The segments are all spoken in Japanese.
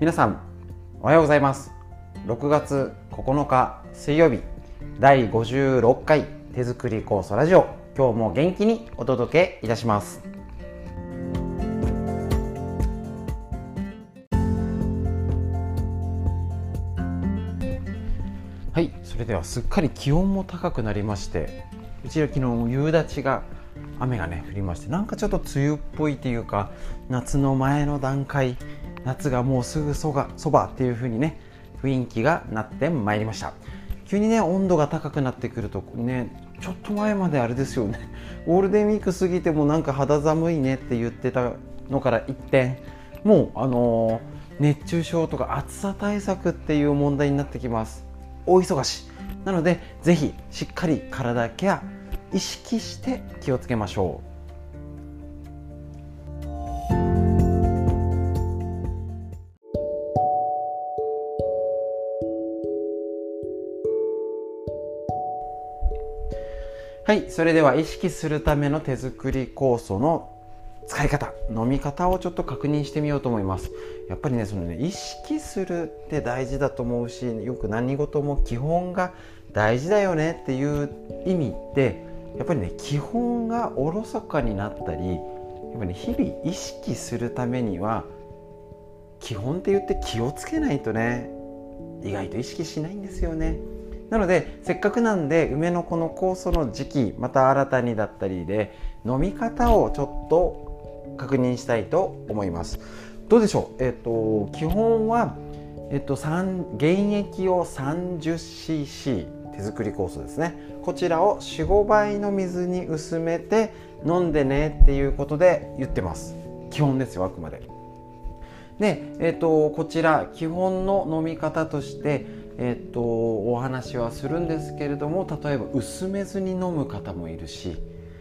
皆さんおはようございます。6月9日水曜日、第56回手作り酵素ラジオ、今日も元気にお届けいたします。はい、それではすっかり気温も高くなりまして、うちは昨日夕立が雨が降りまして、なんかちょっと梅雨っぽいというか、夏の前の段階、夏がもうすぐそばっていう風に雰囲気がなってまいりました。急に温度が高くなってくるとちょっと前まであれですよね、ゴールデンウィーク過ぎてもなんか肌寒いねって言ってたのから一転、もう熱中症とか暑さ対策っていう問題になってきます。大忙しなので、ぜひしっかり体ケア意識して気をつけましょう。はい、それでは意識するための手作り酵素の使い方、飲み方をちょっと確認してみようと思います。やっぱり意識するって大事だと思うし、よく何事も基本が大事だよねっていう意味で、やっぱり基本がおろそかになったり、やっぱり日々意識するためには基本って言って気をつけないと意外と意識しないんですよね。なのでせっかくなんで、梅のこの酵素の時期、また新たにだったりで飲み方をちょっと確認したいと思います。どうでしょう。基本は、原液を 30cc 手作り酵素ですね。こちらを 4,5 倍の水に薄めて飲んでねっていうことで言ってます。基本ですよ、あくまで。で、こちら基本の飲み方としてお話はするんですけれども、例えば薄めずに飲む方もいるし、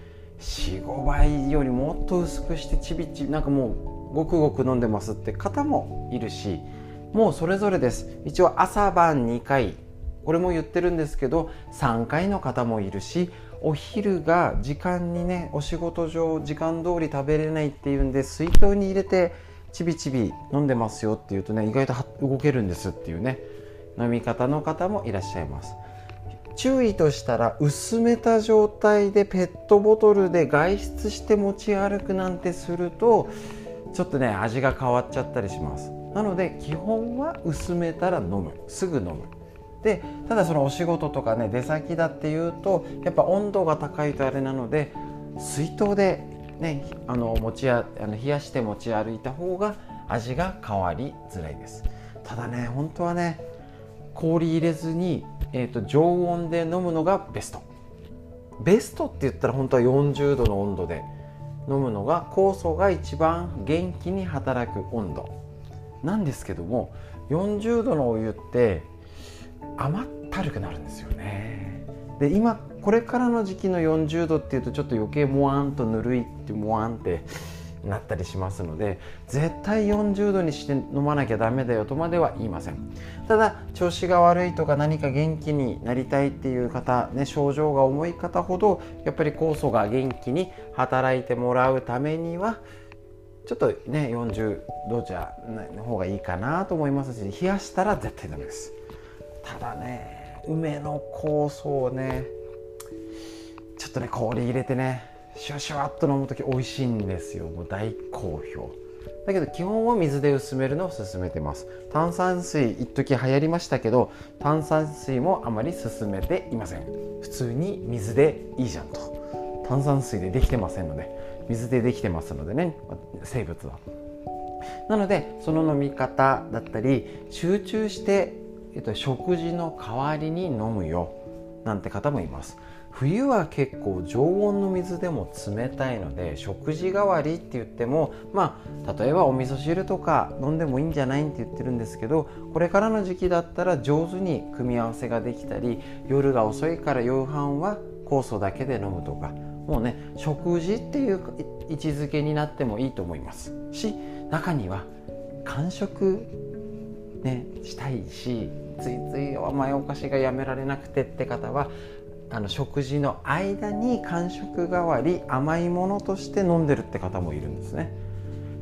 4,5 倍よりもっと薄くしてちびちびもうごくごく飲んでますって方もいるし、もうそれぞれです。一応朝晩2回、これも言ってるんですけど3回の方もいるし、お昼が時間にお仕事上時間通り食べれないっていうんで水筒に入れてちびちび飲んでますよっていうと意外と動けるんですっていう飲み方の方もいらっしゃいます。注意としたら、薄めた状態でペットボトルで外出して持ち歩くなんてするとちょっと味が変わっちゃったりします。なので基本は薄めたら飲む、すぐ飲む。でただそのお仕事とか出先だっていうと、やっぱ温度が高いとあれなので、水筒で冷やして持ち歩いた方が味が変わりづらいです。ただ本当は氷入れずに、常温で飲むのがベスト。ベストって言ったら本当は40度の温度で飲むのが酵素が一番元気に働く温度なんですけども、40度のお湯って甘ったるくなるんですよね。で今これからの時期の40度っていうとちょっと余計もわんとぬるいってもわんってなったりしますので、絶対40度にして飲まなきゃダメだよとまでは言いません。ただ調子が悪いとか何か元気になりたいっていう方、症状が重い方ほどやっぱり酵素が元気に働いてもらうためにはちょっと40度じゃない方がいいかなと思いますし、冷やしたら絶対ダメです。ただ梅の酵素をちょっと氷入れてシュワシュワっと飲むとき美味しいんですよ。もう大好評だけど、基本は水で薄めるのを勧めてます。炭酸水一時流行りましたけど、炭酸水もあまり勧めていません。普通に水でいいじゃんと。炭酸水でできてませんので、水でできてますので生物は。なのでその飲み方だったり、集中して食事の代わりに飲むよなんて方もいます。冬は結構常温の水でも冷たいので、食事代わりって言っても例えばお味噌汁とか飲んでもいいんじゃないって言ってるんですけど、これからの時期だったら上手に組み合わせができたり、夜が遅いから夕飯は酵素だけで飲むとか、もう食事っていう位置づけになってもいいと思いますし、中には間食したいし、ついつい甘いお菓子がやめられなくてって方は、食事の間に間食代わり甘いものとして飲んでるって方もいるんですね。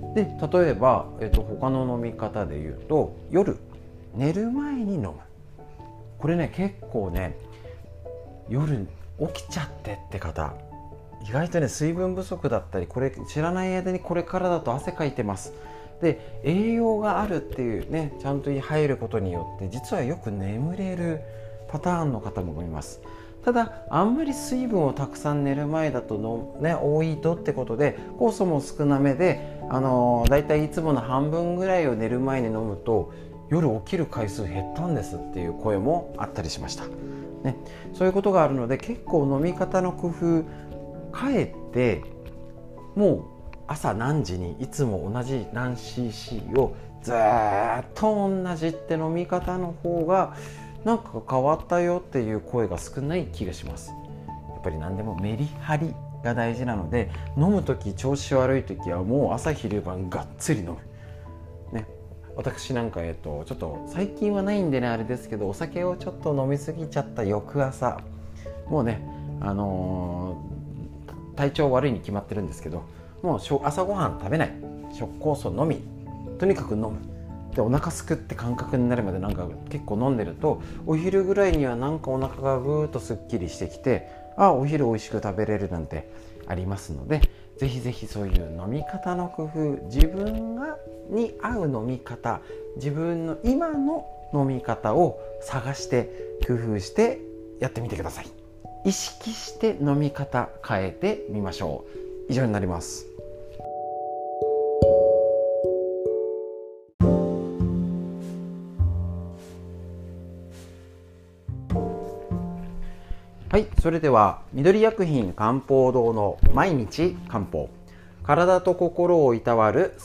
で例えば、他の飲み方で言うと、夜寝る前に飲む。これね、結構ね、夜起きちゃってって方、意外とね水分不足だったり、これ知らない間にこれからだと汗かいてます。で栄養があるっていうね、ちゃんと入ることによって実はよく眠れるパターンの方もいます。ただあんまり水分をたくさん寝る前だと多いとってことで、酵素も少なめで、だいたいいつもの半分ぐらいを寝る前に飲むと夜起きる回数減ったんですっていう声もあったりしました、ね、そういうことがあるので、結構飲み方の工夫変えて、もう朝何時にいつも同じ何 cc をずっと同じって飲み方の方がなんか変わったよっていう声が少ない気がします。やっぱり何でもメリハリが大事なので、飲む時調子悪い時はもう朝昼晩がっつり飲む、ね、私なんかちょっと最近はないんでねあれですけど、お酒をちょっと飲みすぎちゃった翌朝、もうね体調悪いに決まってるんですけど、もう朝ごはん食べない、食酵素のみ、とにかく飲むで、お腹すくって感覚になるまでなんか結構飲んでると、お昼ぐらいにはなんかお腹がぐーっとすっきりしてきて、お昼美味しく食べれるなんてありますので、ぜひぜひそういう飲み方の工夫、自分に合う飲み方、自分の今の飲み方を探して工夫してやってみてください。意識して飲み方変えてみましょう。以上になります。はい、それでは緑薬品漢方堂の毎日漢方、体と心をいたわる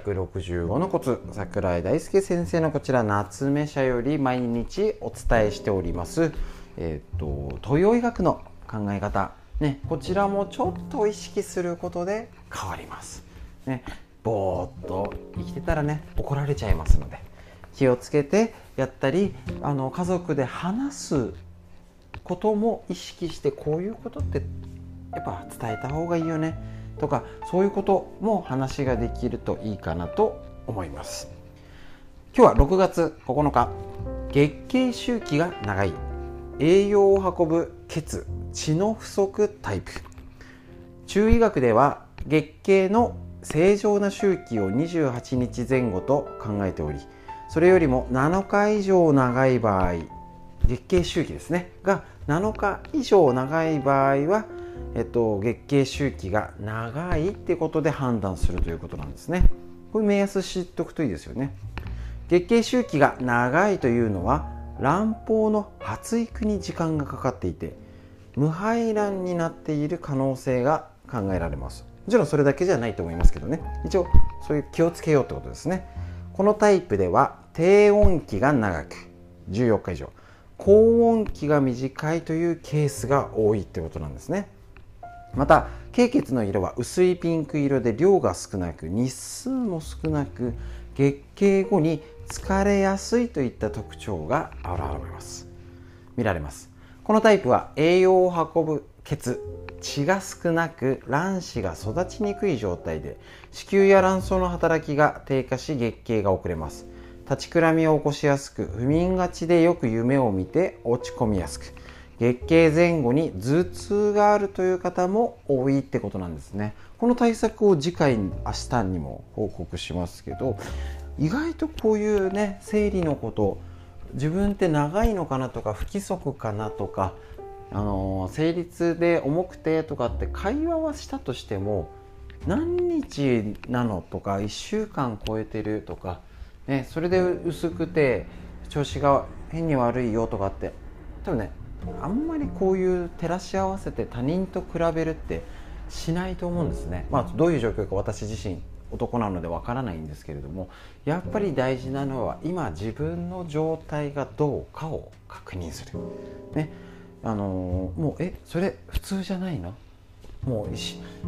365のコツ、櫻井大輔先生のこちら夏目社より毎日お伝えしております、東洋医学の考え方、ね、こちらもちょっと意識することで変わります、ね、ぼーっと生きてたらね怒られちゃいますので、気をつけてやったり、家族で話すことも意識して、こういうことってやっぱ伝えた方がいいよねとか、そういうことも話ができるといいかなと思います。今日は6月9日、月経周期が長い、栄養を運ぶ血の不足タイプ。中医学では月経の正常な周期を28日前後と考えており、それよりも7日以上長い場合、月経周期ですねが7日以上長い場合は、月経周期が長いってことで判断するということなんですね。これ目安知っておくといいですよね。月経周期が長いというのは卵胞の発育に時間がかかっていて、無排卵になっている可能性が考えられます。もちろんそれだけじゃないと思いますけどね、一応そういう気をつけようってことですね。このタイプでは低温期が長く14日以上、高温期が短いというケースが多いってことなんですね。また経血の色は薄いピンク色で量が少なく日数も少なく、月経後に疲れやすいといった特徴が見られます。このタイプは栄養を運ぶ血が少なく卵子が育ちにくい状態で、子宮や卵巣の働きが低下し月経が遅れます。立ちくらみを起こしやすく、不眠がちでよく夢を見て落ち込みやすく、月経前後に頭痛があるという方も多いってことなんですね。この対策を次回明日にも報告しますけど、意外とこういうね生理のこと、自分って長いのかなとか不規則かなとか、生理痛で重くてとかって会話はしたとしても、何日なのとか1週間超えてるとか、ね、それで薄くて調子が変に悪いよとかって多分ね、あんまりこういう照らし合わせて他人と比べるってしないと思うんですね。どういう状況か私自身男なのでわからないんですけれども、やっぱり大事なのは今自分の状態がどうかを確認する、ね、もうそれ普通じゃないの、もう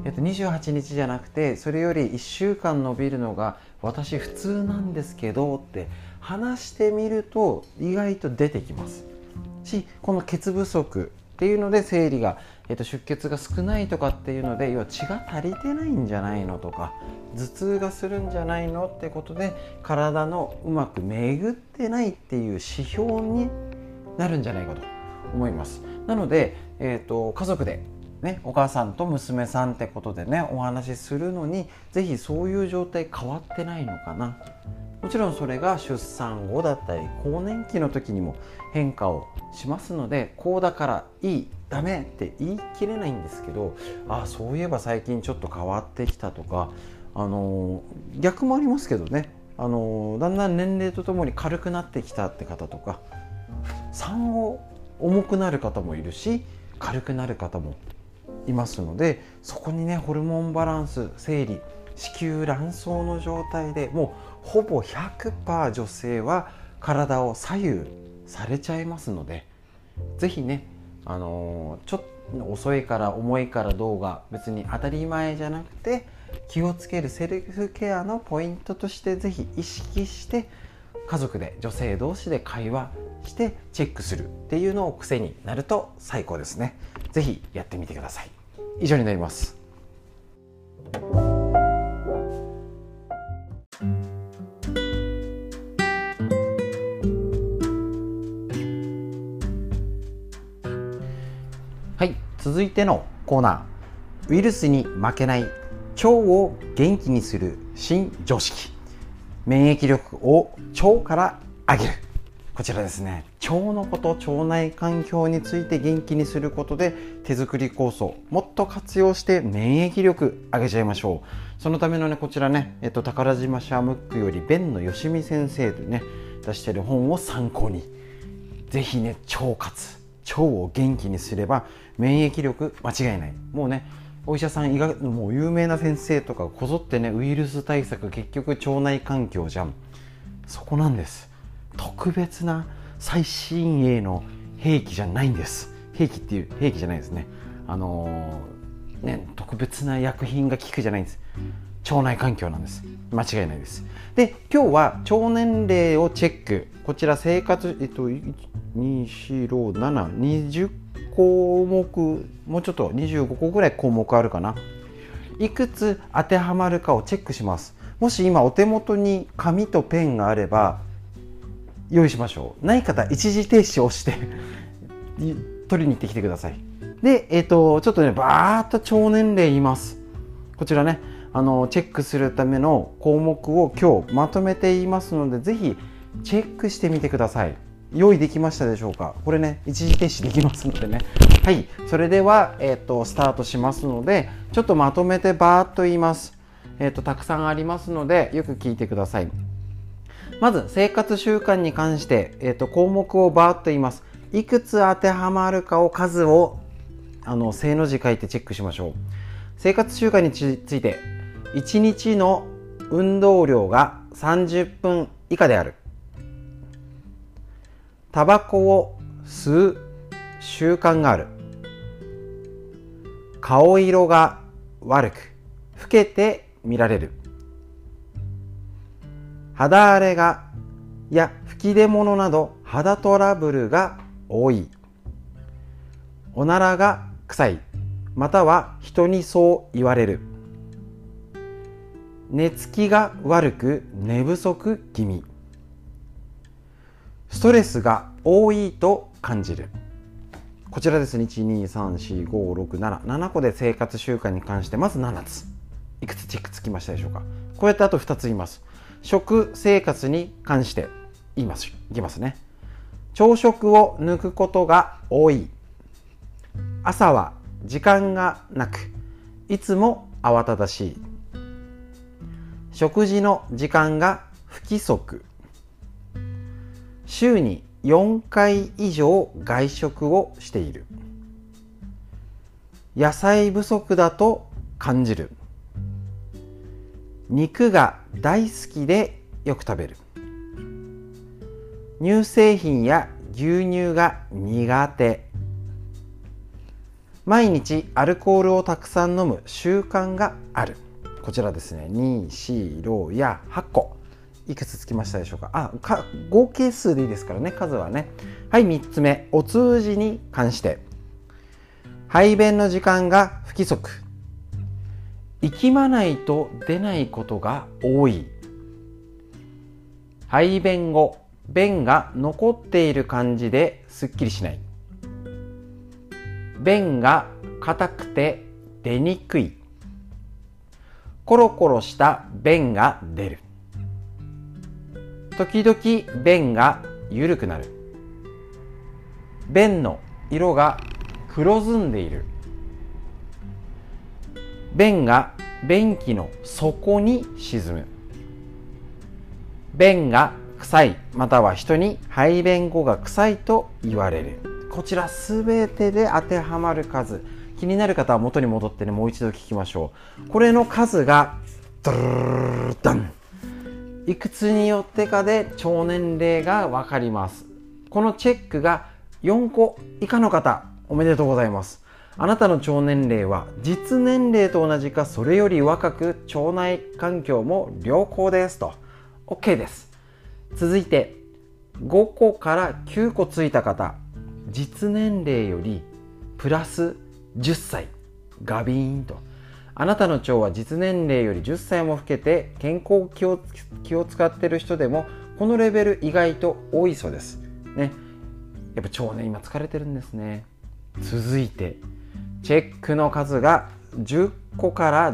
28日じゃなくてそれより1週間伸びるのが私普通なんですけどって話してみると意外と出てきますし、この血不足っていうので生理が出血が少ないとかっていうので、要は血が足りてないんじゃないのとか、頭痛がするんじゃないのってことで体のうまく巡ってないっていう指標になるんじゃないかと思います。なので、家族でね、お母さんと娘さんってことでねお話しするのに、ぜひそういう状態変わってないのかな。もちろんそれが出産後だったり更年期の時にも変化をしますので、こうだからいいダメって言い切れないんですけど、そういえば最近ちょっと変わってきたとか、逆もありますけどね、だんだん年齢とともに軽くなってきたって方とか、産後重くなる方もいるし軽くなる方もいますので、そこにねホルモンバランス、生理、子宮卵巣の状態でもうほぼ 100% 女性は体を左右されちゃいますので、ぜひね、ちょっと遅いから重いからどうが別に当たり前じゃなくて、気をつけるセルフケアのポイントとしてぜひ意識して家族で女性同士で会話してチェックするっていうのを癖になると最高ですね。ぜひやってみてください。以上になります。はい、続いてのコーナー、ウイルスに負けない腸を元気にする新常識、免疫力を腸から上げる。こちらですね、腸のこと、腸内環境について元気にすることで手作り酵素もっと活用して免疫力上げちゃいましょう。そのためのね、こちらね、宝島シャムックより弁野よしみ先生というね出している本を参考に、ぜひね腸活、腸を元気にすれば免疫力間違いない。もうね、お医者さんもう有名な先生とかこぞってね、ウイルス対策結局腸内環境じゃん。そこなんです。特別な最新鋭の兵器じゃないんです。兵器っていう兵器じゃないですね。特別な薬品が効くじゃないんです。腸内環境なんです。間違いないです。で、今日は腸年齢をチェック。こちら生活1、2、4、6、7、20項目、もうちょっと25個ぐらい項目あるかな。いくつ当てはまるかをチェックします。もし今お手元に紙とペンがあれば用意しましょう。ない方一時停止を押して取りに行ってきてください。で、ちょっとねバーっと腸年齢言います。こちらね、チェックするための項目を今日まとめて言いますので、ぜひチェックしてみてください。用意できましたでしょうか。これね一時停止できますのでね。はい、それでは、スタートしますので、ちょっとまとめてバーっと言います。たくさんありますのでよく聞いてください。まず生活習慣に関して、項目をバーっと言います。いくつ当てはまるかを数を正の字書いてチェックしましょう。生活習慣について、1日の運動量が30分以下である。タバコを吸う習慣がある。顔色が悪く老けて見られる。肌荒れがや吹き出物など肌トラブルが多い。おならが臭い、または人にそう言われる。寝つきが悪く寝不足気味。ストレスが多いと感じる。こちらですね、1、2、3、4、5、6、7、7個で生活習慣に関してまず7つ。いくつチェックつきましたでしょうか。こうやってあと2つ言います。食生活に関していきますね。朝食を抜くことが多い。朝は時間がなくいつも慌ただしい。食事の時間が不規則。週に4回以上外食をしている。野菜不足だと感じる。肉が大好きでよく食べる。乳製品や牛乳が苦手。毎日アルコールをたくさん飲む習慣がある。こちらですね、2、4、6や8個。いくつつきましたでしょうか。合計数でいいですからね、数はね。はい、3つ目、お通じに関して。 排便の時間が不規則。息まないと出ないことが多い。排便後、便が残っている感じですっきりしない。便が硬くて出にくい。コロコロした便が出る。時々便が緩くなる。便の色が黒ずんでいる。便が便器の底に沈む。便が臭い、または人に排便後が臭いと言われる。こちらすべてで当てはまる数、気になる方は元に戻ってね、もう一度聞きましょう。これの数がドルルルダン、いくつによってかで腸年齢が分かります。このチェックが4個以下の方、おめでとうございます。あなたの腸年齢は実年齢と同じかそれより若く、腸内環境も良好ですと OK です。続いて5個から9個ついた方、実年齢よりプラス10歳ガビーンと。あなたの腸は実年齢より10歳も老けて健康気を使っている人でもこのレベル意外と多いそうですね。やっぱ腸ね、今疲れてるんですね。続いてチェックの数が10個から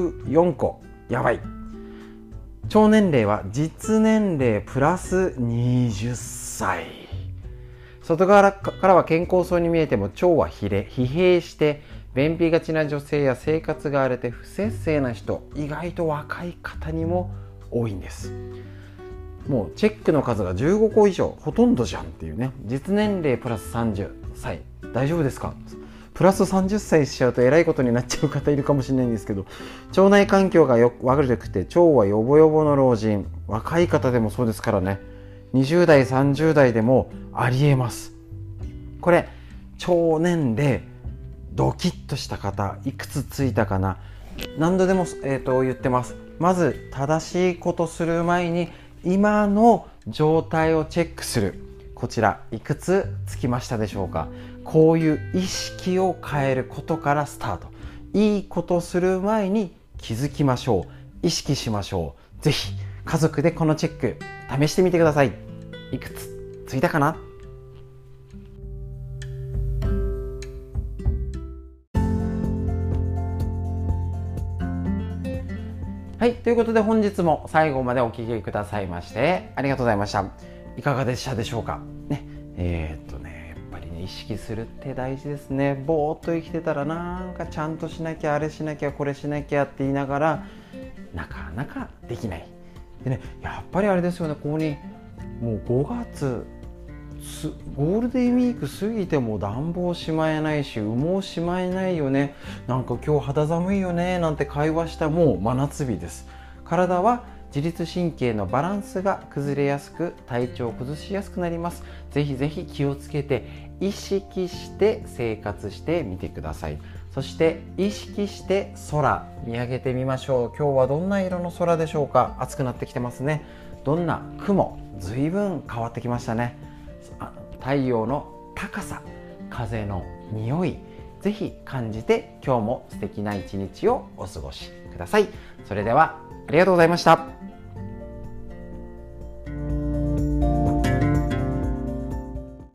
14個、やばい。腸年齢は実年齢プラス20歳。外側からは健康そうに見えても腸は疲弊して便秘がちな女性や生活が荒れて不節制な人、意外と若い方にも多いんです。もうチェックの数が15個以上、ほとんどじゃんっていうね。実年齢プラス30歳大丈夫ですか？プラス30歳しちゃうとえらいことになっちゃう方いるかもしれないんですけど、腸内環境が悪くて腸はヨボヨボの老人、若い方でもそうですからね。20代30代でもありえます。これ腸年齢ドキッとした方、いくつついたかな。何度でも、言ってます。まず正しいことする前に今の状態をチェックする。こちらいくつつきましたでしょうか。こういう意識を変えることからスタート。いいことする前に気づきましょう。意識しましょう。ぜひ家族でこのチェック試してみてください。いくつついたかな。はい、ということで本日も最後までお聞きくださいましてありがとうございました。いかがでしたでしょうかね。やっぱりね、意識するって大事ですね。ぼーっと生きてたらなんかちゃんとしなきゃ、あれしなきゃ、これしなきゃって言いながらなかなかできない。でね、やっぱりあれですよね、ここにもう5月ゴールデンウィーク過ぎても暖房しまえないし羽毛しまえないよね、なんか今日肌寒いよねなんて会話したもう真夏日です。体は自律神経のバランスが崩れやすく体調を崩しやすくなります。ぜひぜひ気をつけて意識して生活してみてください。そして意識して空見上げてみましょう。今日はどんな色の空でしょうか。暑くなってきてますね。どんな雲、ずいぶん変わってきましたね。太陽の高さ、風の匂い、ぜひ感じて今日も素敵な一日をお過ごしください。それではありがとうございました。